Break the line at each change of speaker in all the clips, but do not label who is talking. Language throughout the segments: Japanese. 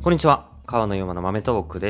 こんにちは、川野ゆまの豆トークです。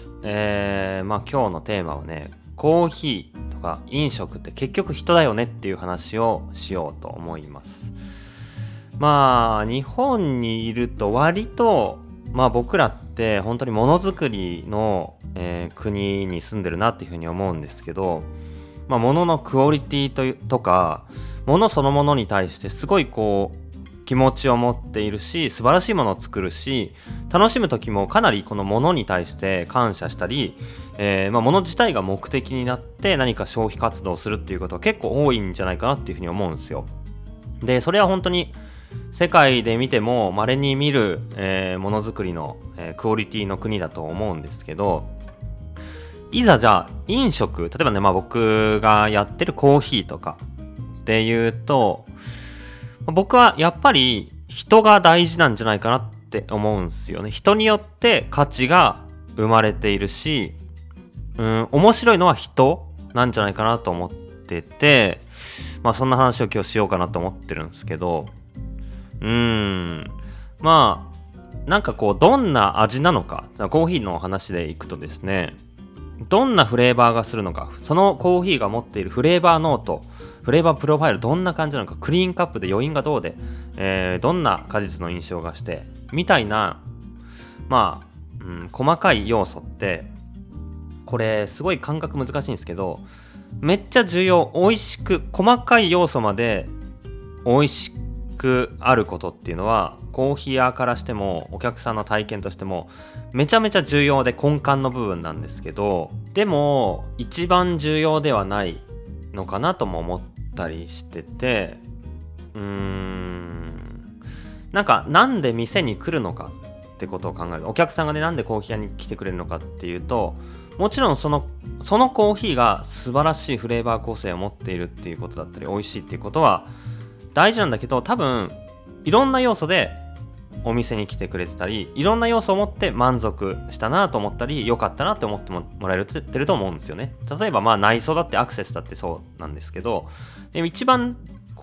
今日のテーマはね、コーヒーとか飲食って結局人だよねっていう話をしようと思います。日本にいると割と僕らって本当にものづくりの、国に住んでるなっていうふうに思うんですけど、物のクオリティとか物そのものに対してすごい気持ちを持っているし、素晴らしいものを作るし、楽しむ時もかなりこの物に対して感謝したり、物自体が目的になって何か消費活動をするっていうことが結構多いんじゃないかなっていうふうに思うんですよ。でそれは本当に世界で見ても稀に見る、ものづくりの、クオリティの国だと思うんですけど、いざじゃあ飲食、例えばね、僕がやってるコーヒーとかで言うと、僕はやっぱり人が大事なんじゃないかなって思うんですよね。人によって価値が生まれているし、面白いのは人なんじゃないかなと思ってて、そんな話を今日しようかなと思ってるんですけど、どんな味なのか、コーヒーの話でいくとですね、どんなフレーバーがするのか、そのコーヒーが持っているフレーバーノート、フレーバープロファイルどんな感じなのか、クリーンカップで余韻がどうで、どんな果実の印象がしてみたいな、細かい要素ってこれすごい感覚難しいんですけど、めっちゃ重要。美味しく細かい要素まで美味しくあることっていうのはコーヒー屋からしてもお客さんの体験としてもめちゃめちゃ重要で根幹の部分なんですけど、でも一番重要ではないのかなとも思ったりしてて、なんで店に来るのかってことを考える。お客さんがね、なんでコーヒー屋に来てくれるのかっていうと、もちろんそのコーヒーが素晴らしいフレーバー構成を持っているっていうことだったり、美味しいっていうことは大事なんだけど、多分いろんな要素でお店に来てくれてたり、いろんな要素を持って満足したなと思ったり、良かったなって思ってもらえてると思うんですよね。例えば内装だってアクセスだってそうなんですけど、でも一番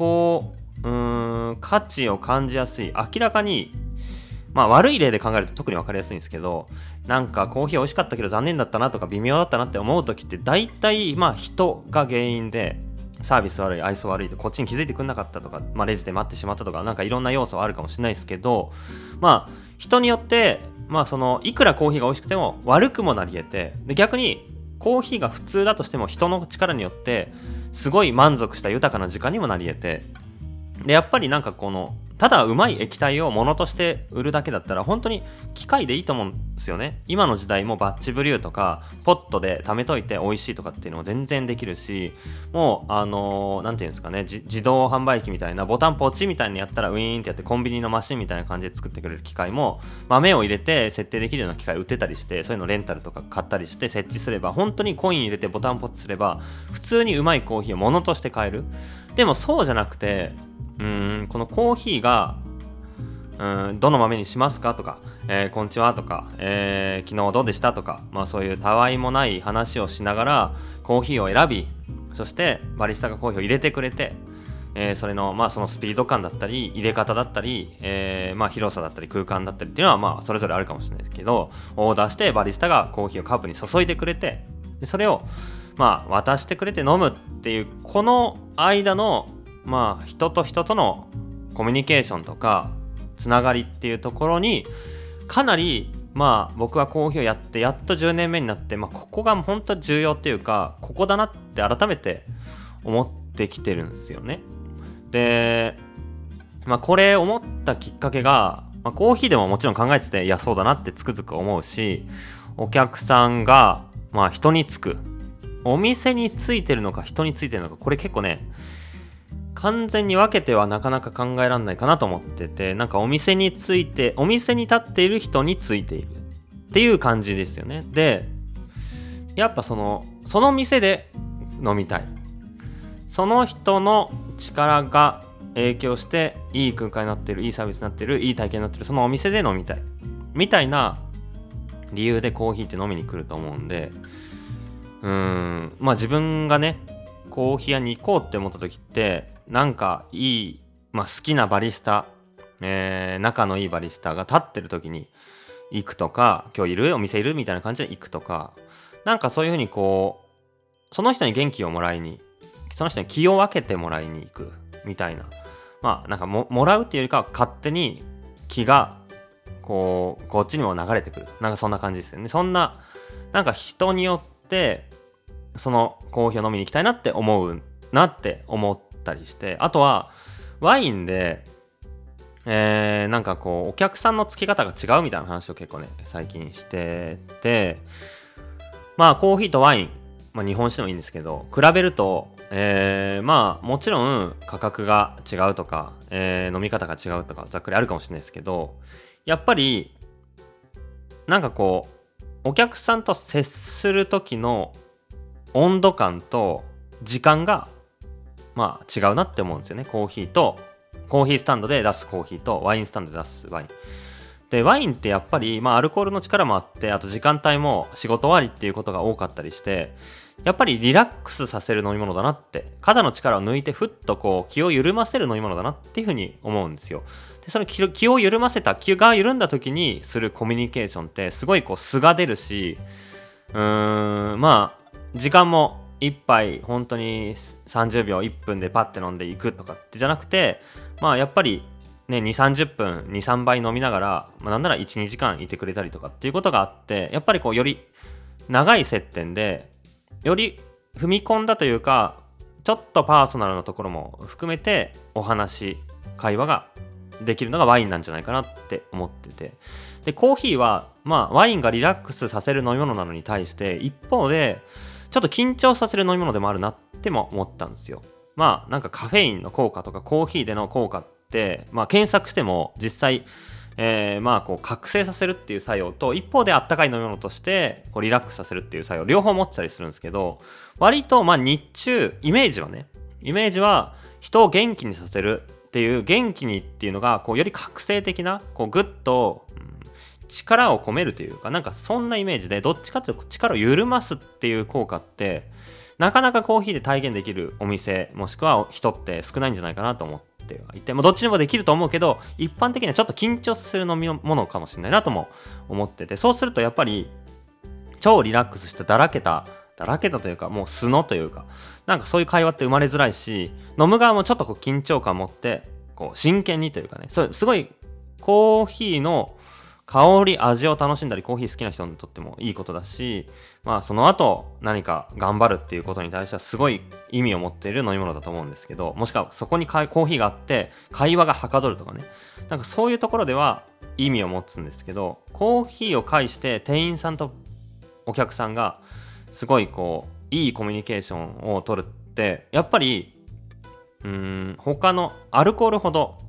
価値を感じやすい、明らかに悪い例で考えると特に分かりやすいんですけど、コーヒー美味しかったけど残念だったなとか微妙だったなって思う時って大体人が原因で、サービス悪い、愛想悪い、こっちに気づいてくんなかったとか、レジで待ってしまったとか、いろんな要素はあるかもしれないですけど、人によっていくらコーヒーが美味しくても悪くもなり得て、で逆にコーヒーが普通だとしても人の力によってすごい満足した豊かな時間にもなり得て、でやっぱりただうまい液体を物として売るだけだったら本当に機械でいいと思うんですよね。今の時代もバッチブリューとかポットで貯めといて美味しいとかっていうのも全然できるし、もうなんていうんですかね、自動販売機みたいなボタンポチみたいにやったらウィーンってやってコンビニのマシンみたいな感じで作ってくれる機械も、豆を入れて設定できるような機械売ってたりして、そういうのレンタルとか買ったりして設置すれば、本当にコイン入れてボタンポチすれば普通にうまいコーヒーを物として買える。でもそうじゃなくて、このコーヒーがどの豆にしますかとか、こんにちはとか、昨日どうでしたとか、そういうたわいもない話をしながらコーヒーを選び、そしてバリスタがコーヒーを入れてくれて、それのそのスピード感だったり入れ方だったり、広さだったり空間だったりっていうのはそれぞれあるかもしれないですけど、オーダーしてバリスタがコーヒーをカップに注いでくれて、でそれを渡してくれて飲むっていう、この間の人と人とのコミュニケーションとかつながりっていうところにかなり僕はコーヒーをやってやっと10年目になって、ここが本当重要っていうか、ここだなって改めて思ってきてるんですよね。でこれ思ったきっかけが、コーヒーでももちろん考えてて、いやそうだなってつくづく思うし、お客さんが人につく、お店についてるのか人についてるのか、これ結構ね完全に分けてはなかなか考えられないかなと思ってて、お店について、お店に立っている人についているっていう感じですよね。でやっぱその店で飲みたい、その人の力が影響していい空間になってる、いいサービスになってる、いい体験になってる、そのお店で飲みたいみたいな理由でコーヒーって飲みに来ると思うんで、自分がねコーヒー屋に行こうって思った時って、いい、好きなバリスタ、仲のいいバリスタが立ってる時に、 行くとか、今日いるお店いるみたいな感じで行くとか、なんかそういう風にこうその人に元気をもらいに、その人に気を分けてもらいに行くみたいな、まあなんかもらうっていうよりかは勝手に気がこっちにも流れてくる、なんかそんな感じですよね。そんななんか人によってそのコーヒーを飲みに行きたいなって思うなって思ったりして、あとはワインでなんかこうお客さんの付き方が違うみたいな話を結構ね最近してて、まあコーヒーとワイン、まあ、日本酒でもいいんですけど比べると、まあもちろん価格が違うとか、飲み方が違うとかざっくりあるかもしれないですけど、やっぱりなんかこうお客さんと接する時の温度感と時間がまあ違うなって思うんですよね。コーヒースタンドで出すコーヒーとワインスタンドで出すワインで、ワインってやっぱりまあアルコールの力もあって、あと時間帯も仕事終わりっていうことが多かったりして、やっぱりリラックスさせる飲み物だなって、肩の力を抜いてふっとこう気を緩ませる飲み物だなっていうふうに思うんですよ。でその気を緩ませた、気が緩んだ時にするコミュニケーションってすごいこう素が出るし、まあ時間も一杯本当に30秒1分でパッて飲んでいくとかってじゃなくて、まあやっぱりね、2、30分、2、3倍飲みながら、まあ、なんなら1、2時間いてくれたりとかっていうことがあって、やっぱりこうより長い接点で、より踏み込んだというか、ちょっとパーソナルなところも含めて会話ができるのがワインなんじゃないかなって思ってて。で、コーヒーは、まあワインがリラックスさせる飲み物なのに対して、一方で、ちょっと緊張させる飲み物でもあるなっても思ったんですよ。まあなんかカフェインの効果とかコーヒーでの効果って、まあ検索しても実際、まあこう覚醒させるっていう作用と、一方であったかい飲み物としてこうリラックスさせるっていう作用両方持ってたりするんですけど、割とまあ日中イメージは人を元気にさせるっていう、元気にっていうのがこうより覚醒的なこうグッと、力を込めるというか、なんかそんなイメージで、どっちかというと力を緩ますっていう効果ってなかなかコーヒーで体現できるお店もしくは人って少ないんじゃないかなと思ってはいて、どっちにもできると思うけど、一般的にはちょっと緊張させる飲み物かもしれないなとも思ってて、そうするとやっぱり超リラックスしただらけたというか、もう素のというか、なんかそういう会話って生まれづらいし、飲む側もちょっとこう緊張感を持ってこう真剣にというかね、そうすごいコーヒーの香り味を楽しんだり、コーヒー好きな人にとってもいいことだし、まあその後何か頑張るっていうことに対してはすごい意味を持っている飲み物だと思うんですけど、もしくはそこにコーヒーがあって会話がはかどるとかね、なんかそういうところでは意味を持つんですけど、コーヒーを介して店員さんとお客さんがすごいこういいコミュニケーションを取るって、やっぱり他のアルコールほど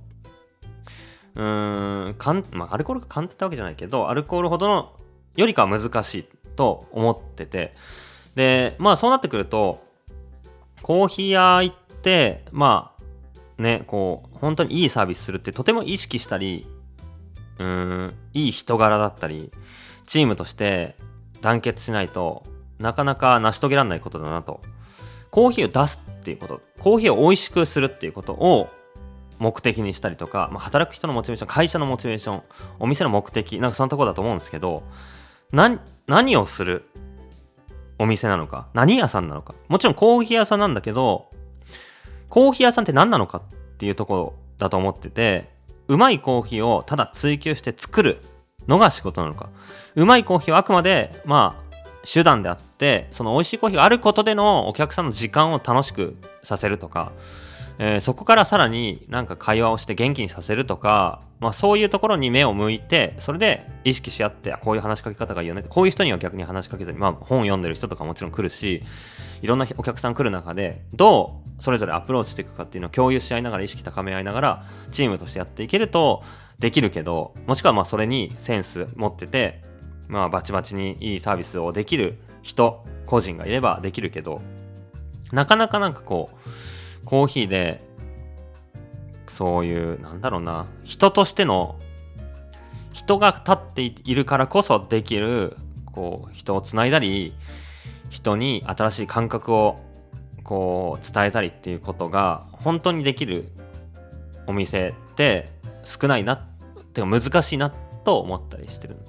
まあ、アルコールが簡単ってわけじゃないけど、アルコールほどのよりかは難しいと思ってて、でまあそうなってくるとコーヒー屋行ってまあね、こう本当にいいサービスするってとても意識したり、いい人柄だったりチームとして団結しないとなかなか成し遂げられないことだなと。コーヒーを出すっていうこと、コーヒーを美味しくするっていうことを目的にしたりとか、まあ、働く人のモチベーション、会社のモチベーション、お店の目的、なんかそのところだと思うんですけど、何をするお店なのか、何屋さんなのか、もちろんコーヒー屋さんなんだけど、コーヒー屋さんって何なのかっていうところだと思ってて、うまいコーヒーをただ追求して作るのが仕事なのか、うまいコーヒーはあくまでまあ手段であって、その美味しいコーヒーがあることでのお客さんの時間を楽しくさせるとか、そこからさらになんか会話をして元気にさせるとか、まあ、そういうところに目を向いて、それで意識し合って、こういう話しかけ方がいいよね、こういう人には逆に話しかけずに、まあ、本を読んでる人とかもちろん来るし、いろんなお客さん来る中でどうそれぞれアプローチしていくかっていうのを共有し合いながら、意識高め合いながらチームとしてやっていけるとできるけど、もしくはまあそれにセンス持ってて、まあ、バチバチにいいサービスをできる人個人がいればできるけど、なかなかなんかこうコーヒーでそういうなんだろうな、人としての人が立っているからこそできるこう人をつないだり、人に新しい感覚をこう伝えたりっていうことが本当にできるお店って少ないなってか難しいなと思ったりしてるん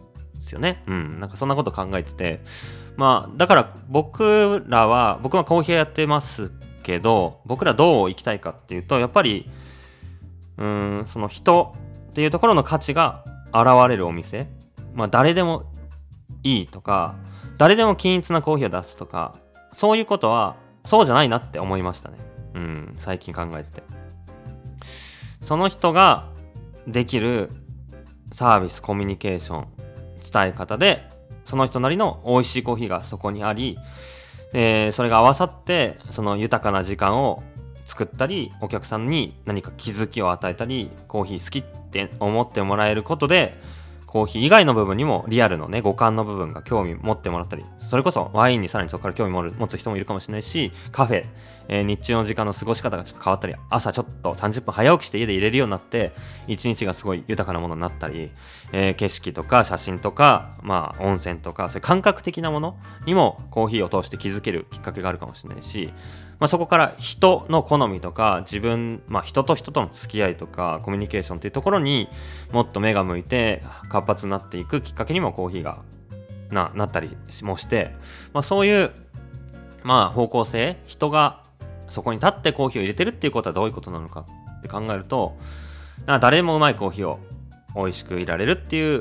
ですよね。なんかそんなこと考えてて、だから僕はコーヒーやってますけど、僕らどう生きたいかっていうと、やっぱりその人っていうところの価値が現れるお店、誰でもいいとか、誰でも均一なコーヒーを出すとか、そういうことはそうじゃないなって思いましたね。最近考えてて、その人ができるサービス、コミュニケーション、伝え方でその人なりの美味しいコーヒーがそこにあり、それが合わさってその豊かな時間を作ったり、お客さんに何か気づきを与えたり、コーヒー好きって思ってもらえることで、コーヒー以外の部分にもリアルのね、五感の部分が興味持ってもらったり、それこそワインにさらにそこから興味持つ人もいるかもしれないし、カフェ、日中の時間の過ごし方がちょっと変わったり、朝ちょっと30分早起きして家で入れるようになって一日がすごい豊かなものになったり、景色とか写真とか、温泉とか、そういう感覚的なものにもコーヒーを通して気づけるきっかけがあるかもしれないし、そこから人の好みとか自分、人と人との付き合いとかコミュニケーションっていうところにもっと目が向いて活発になっていくきっかけにもコーヒーがなったりもして、そういう方向性、人がそこに立ってコーヒーを入れてるっていうことはどういうことなのかって考えると、誰もうまいコーヒーを美味しくいられるっていう、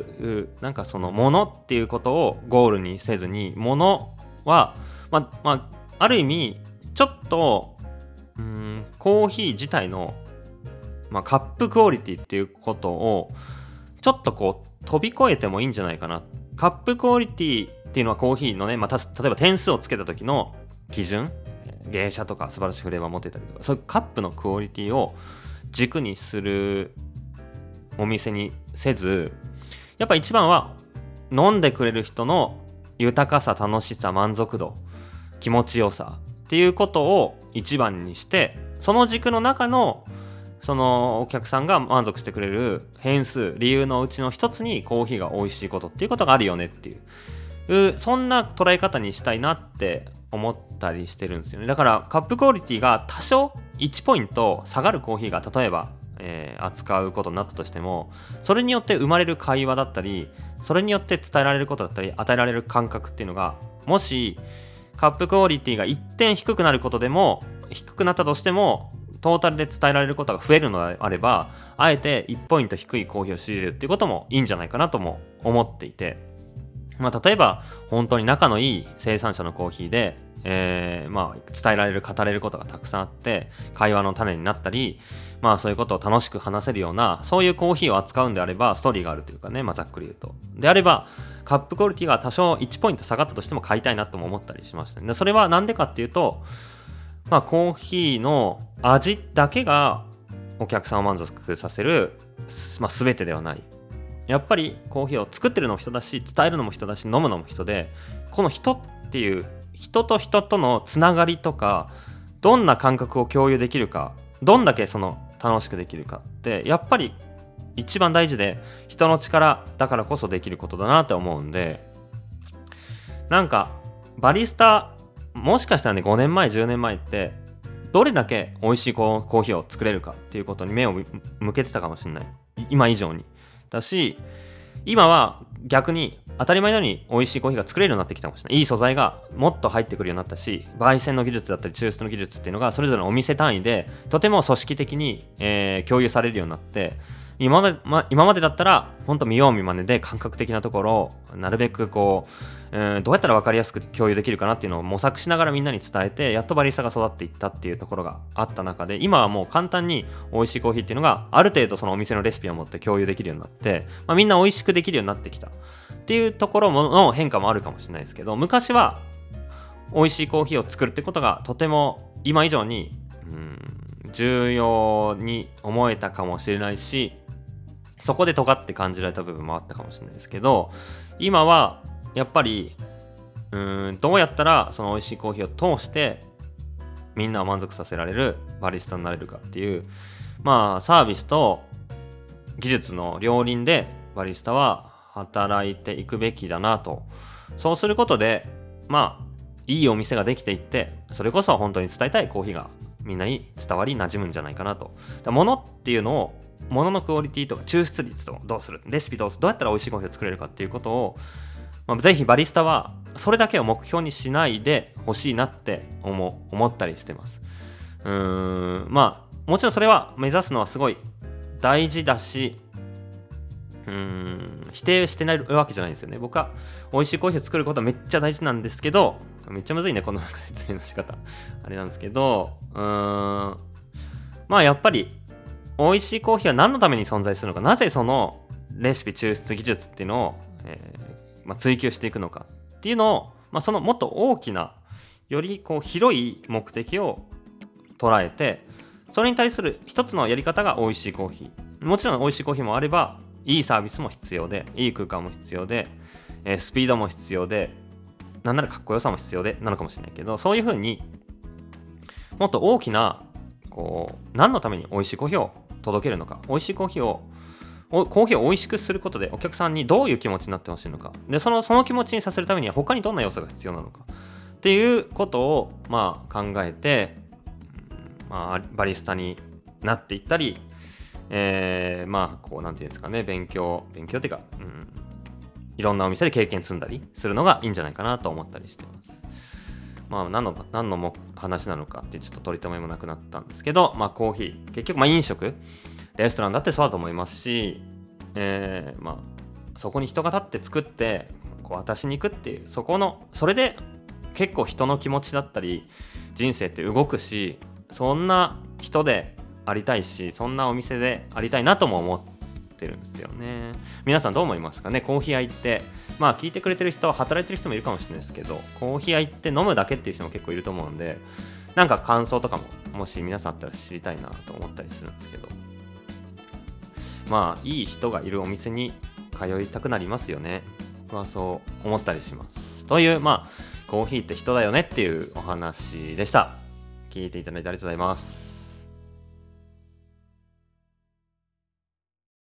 なんかそのものっていうことをゴールにせずに、ものはある意味ちょっとコーヒー自体の、カップクオリティっていうことをちょっとこう飛び越えてもいいんじゃないかな。カップクオリティっていうのはコーヒーのね、例えば点数をつけた時の基準、芸者とか素晴らしいフレーバー持ってたりとか、そういうカップのクオリティを軸にするお店にせず、やっぱ一番は飲んでくれる人の豊かさ、楽しさ、満足度、気持ちよさっていうことを一番にして、その軸の中のそのお客さんが満足してくれる変数、理由のうちの一つにコーヒーが美味しいことっていうことがあるよねっていう、そんな捉え方にしたいなって思ったりしてるんですよね。だからカップクオリティが多少1ポイント下がるコーヒーが例えば、扱うことになったとしても、それによって生まれる会話だったり、それによって伝えられることだったり、与えられる感覚っていうのが、もしカップクオリティが1点低くなることでも、低くなったとしてもトータルで伝えられることが増えるのであれば、あえて1ポイント低いコーヒーを仕入れるっていうこともいいんじゃないかなとも思っていて、例えば本当に仲のいい生産者のコーヒーで、伝えられる、語れることがたくさんあって会話の種になったり、そういうことを楽しく話せるような、そういうコーヒーを扱うんであればストーリーがあるというかね、ざっくり言うと、であればカップクオリティが多少1ポイント下がったとしても買いたいなとも思ったりしましたね。でそれはなんでかっていうと、コーヒーの味だけがお客さんを満足させる、全てではない。やっぱりコーヒーを作ってるのも人だし、伝えるのも人だし、飲むのも人で、この人っていう人と人とのつながりとか、どんな感覚を共有できるか、どんだけその楽しくできるかってやっぱり一番大事で、人の力だからこそできることだなって思うんで、なんかバリスタもしかしたらね、5年前10年前ってどれだけ美味しいコーヒーを作れるかっていうことに目を向けてたかもしれない、今以上にだし、今は逆に当たり前のように美味しいコーヒーが作れるようになってきたかもしれない。いい素材がもっと入ってくるようになったし、焙煎の技術だったり抽出の技術っていうのがそれぞれのお店単位でとても組織的に、共有されるようになって、今までだったら本当見よう見まねで感覚的なところをなるべくこう、どうやったら分かりやすく共有できるかなっていうのを模索しながらみんなに伝えて、やっとバリスタが育っていったっていうところがあった中で、今はもう簡単に美味しいコーヒーっていうのがある程度そのお店のレシピを持って共有できるようになって、みんな美味しくできるようになってきたっていうところの変化もあるかもしれないですけど、昔は美味しいコーヒーを作るってことがとても今以上に重要に思えたかもしれないし、そこで尖って感じられた部分もあったかもしれないですけど、今はやっぱりどうやったらその美味しいコーヒーを通してみんなを満足させられるバリスタになれるかっていう、サービスと技術の両輪でバリスタは働いていくべきだなと。そうすることでいいお店ができていって、それこそ本当に伝えたいコーヒーがみんなに伝わり馴染むんじゃないかなと。ものっていうのを物のクオリティとか抽出率とどうする、レシピどうやったら美味しいコーヒーを作れるかっていうことを、ぜひバリスタはそれだけを目標にしないでほしいなって思ったりしてます。もちろんそれは目指すのはすごい大事だし、否定してないわけじゃないんですよね。僕は美味しいコーヒーを作ることはめっちゃ大事なんですけど、めっちゃむずいねこの説明の仕方あれなんですけど、やっぱり美味しいコーヒーは何のために存在するのか、なぜそのレシピ抽出技術っていうのを、追求していくのかっていうのを、そのもっと大きなより広い目的を捉えて、それに対する一つのやり方が美味しいコーヒー。もちろん美味しいコーヒーもあれば、いいサービスも必要で、いい空間も必要で、スピードも必要で、なんならかっこよさも必要でなのかもしれないけど、そういう風にもっと大きな何のために美味しいコーヒーを届けるのか、美味しいコーヒーを美味しくすることでお客さんにどういう気持ちになってほしいのか、でその気持ちにさせるためには他にどんな要素が必要なのかっていうことを考えて、バリスタになっていったり、なんていうんですかね、勉強っていうか、いろんなお店で経験積んだりするのがいいんじゃないかなと思ったりしています。何の話なのかってちょっと取り留めもなくなったんですけど、コーヒー結局飲食レストランだってそうだと思いますし、そこに人が立って作って渡しに行くっていう、それで結構人の気持ちだったり人生って動くし、そんな人でありたいし、そんなお店でありたいなとも思ってるんですよね。皆さんどう思いますかね。コーヒー屋行って聞いてくれてる人は働いてる人もいるかもしれないですけど、コーヒー屋行って飲むだけっていう人も結構いると思うんで、なんか感想とかももし皆さんあったら知りたいなと思ったりするんですけど、いい人がいるお店に通いたくなりますよね。僕はそう思ったりします。というコーヒーって人だよねっていうお話でした。聞いていただいてありがとうございます。